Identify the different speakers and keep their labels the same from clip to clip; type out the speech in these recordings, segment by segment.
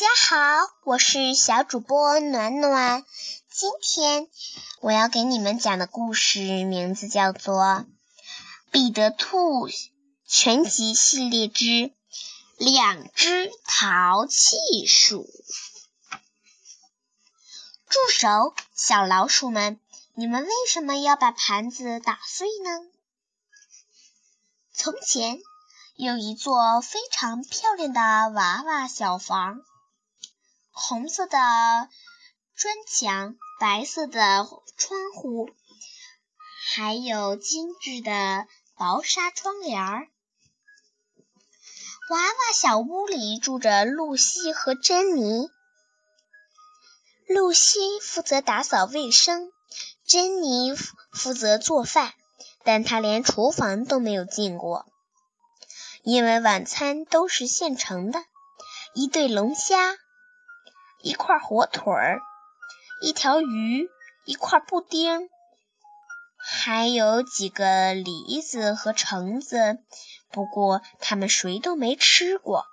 Speaker 1: 家好，我是小主播暖暖。今天我要给你们讲的故事名字叫做《彼得兔全集系列之两只淘气鼠》。住手，小老鼠们，你们为什么要把盘子打碎呢？从前有一座非常漂亮的娃娃小房，红色的砖墙，白色的窗户，还有精致的薄纱窗帘儿。娃娃小屋里住着露西和珍妮。露西负责打扫卫生，珍妮负责做饭，但她连厨房都没有进过，因为晚餐都是现成的，一对龙虾，一块火腿儿，一条鱼，一块布丁，还有几个梨子和橙子，不过他们谁都没吃过。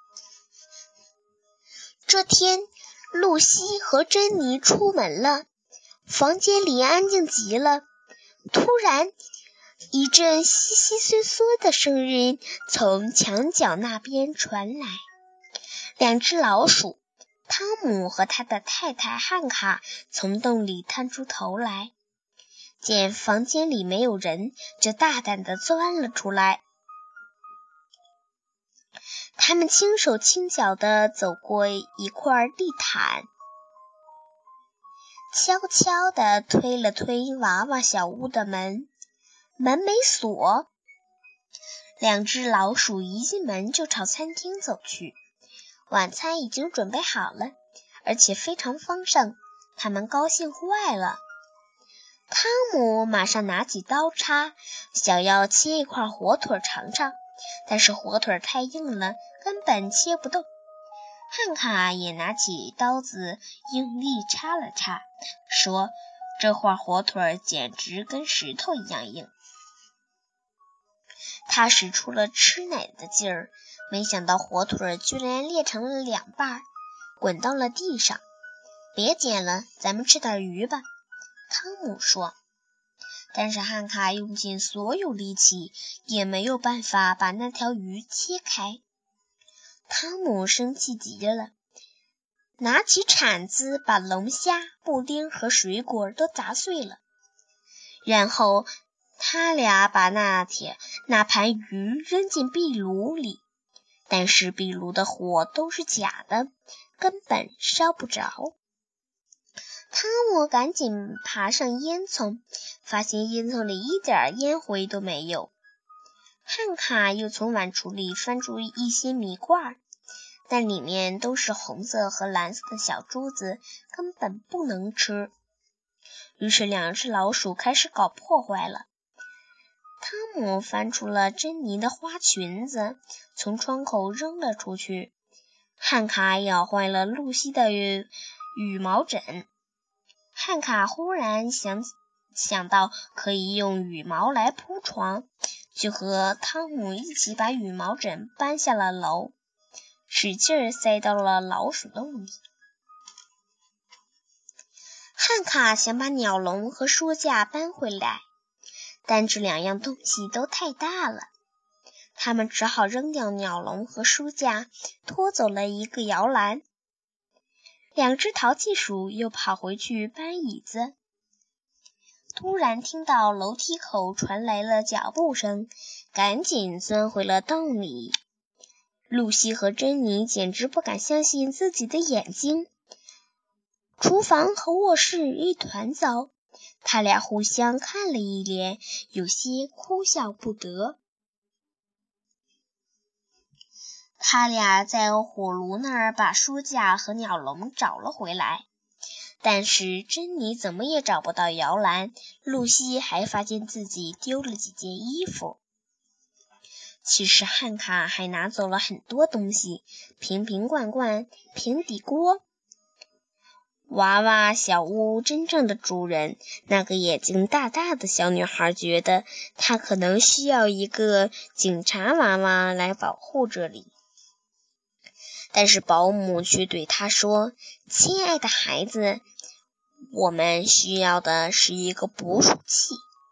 Speaker 1: 这天，露西和珍妮出门了，房间里安静极了。突然，一阵窸窸窣窣的声音从墙角那边传来。两只老鼠汤姆和他的太太汉卡从洞里探出头来，见房间里没有人，就大胆地钻了出来。他们轻手轻脚地走过一块地毯，悄悄地推了推娃娃小屋的门，门没锁。两只老鼠一进门就朝餐厅走去。晚餐已经准备好了，而且非常丰盛，他们高兴坏了。汤姆马上拿起刀叉，想要切一块火腿尝尝，但是火腿太硬了，根本切不动。汉卡也拿起刀子用力插了插，说这块火腿简直跟石头一样硬。他使出了吃奶的劲儿，没想到火腿居然裂成了两半，滚到了地上。别捡了，咱们吃点鱼吧，汤姆说。但是汉卡用尽所有力气，也没有办法把那条鱼切开。汤姆生气极了，拿起铲子把龙虾、布丁和水果都砸碎了。然后他俩把那盘鱼扔进壁炉里，但是壁炉的火都是假的，根本烧不着。汤姆赶紧爬上烟囱，发现烟囱里一点烟灰都没有。汉卡又从碗橱里翻出一些米罐，但里面都是红色和蓝色的小珠子，根本不能吃。于是两只老鼠开始搞破坏了。汤姆翻出了珍妮的花裙子，从窗口扔了出去。汉卡咬坏了露西的羽毛枕。汉卡忽然想到可以用羽毛来铺床，就和汤姆一起把羽毛枕搬下了楼，使劲塞到了老鼠洞里。汉卡想把鸟笼和书架搬回来，但这两样东西都太大了，他们只好扔掉鸟笼和书架，拖走了一个摇篮。两只淘气鼠又跑回去搬椅子。突然听到楼梯口传来了脚步声，赶紧钻回了洞里。露西和珍妮简直不敢相信自己的眼睛。厨房和卧室一团糟，他俩互相看了一眼，有些哭笑不得。他俩在火炉那儿把书架和鸟笼找了回来，但是珍妮怎么也找不到摇篮，露西还发现自己丢了几件衣服。其实汉卡还拿走了很多东西，瓶瓶罐罐、平底锅。娃娃小屋真正的主人，那个眼睛大大的小女孩觉得她可能需要一个警察娃娃来保护这里。 但是保姆却对他说：“亲爱的孩子，我们需要的是一个捕鼠器。”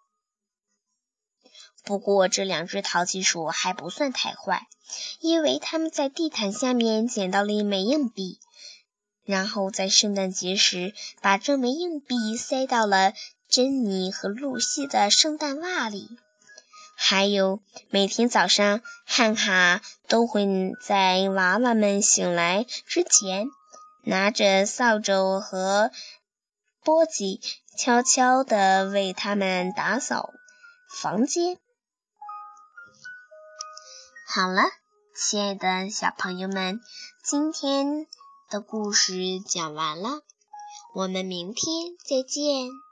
Speaker 1: 不过这2只淘气鼠还不算太坏，因为他们在地毯下面捡到了一枚硬币，然后在圣诞节时把这枚硬币塞到了珍妮和露西的圣诞袜里。还有，每天早上汉哈都会在娃娃们醒来之前，拿着扫帚和簸箕悄悄地为他们打扫房间。好了，亲爱的小朋友们，今天的故事讲完了，我们明天再见。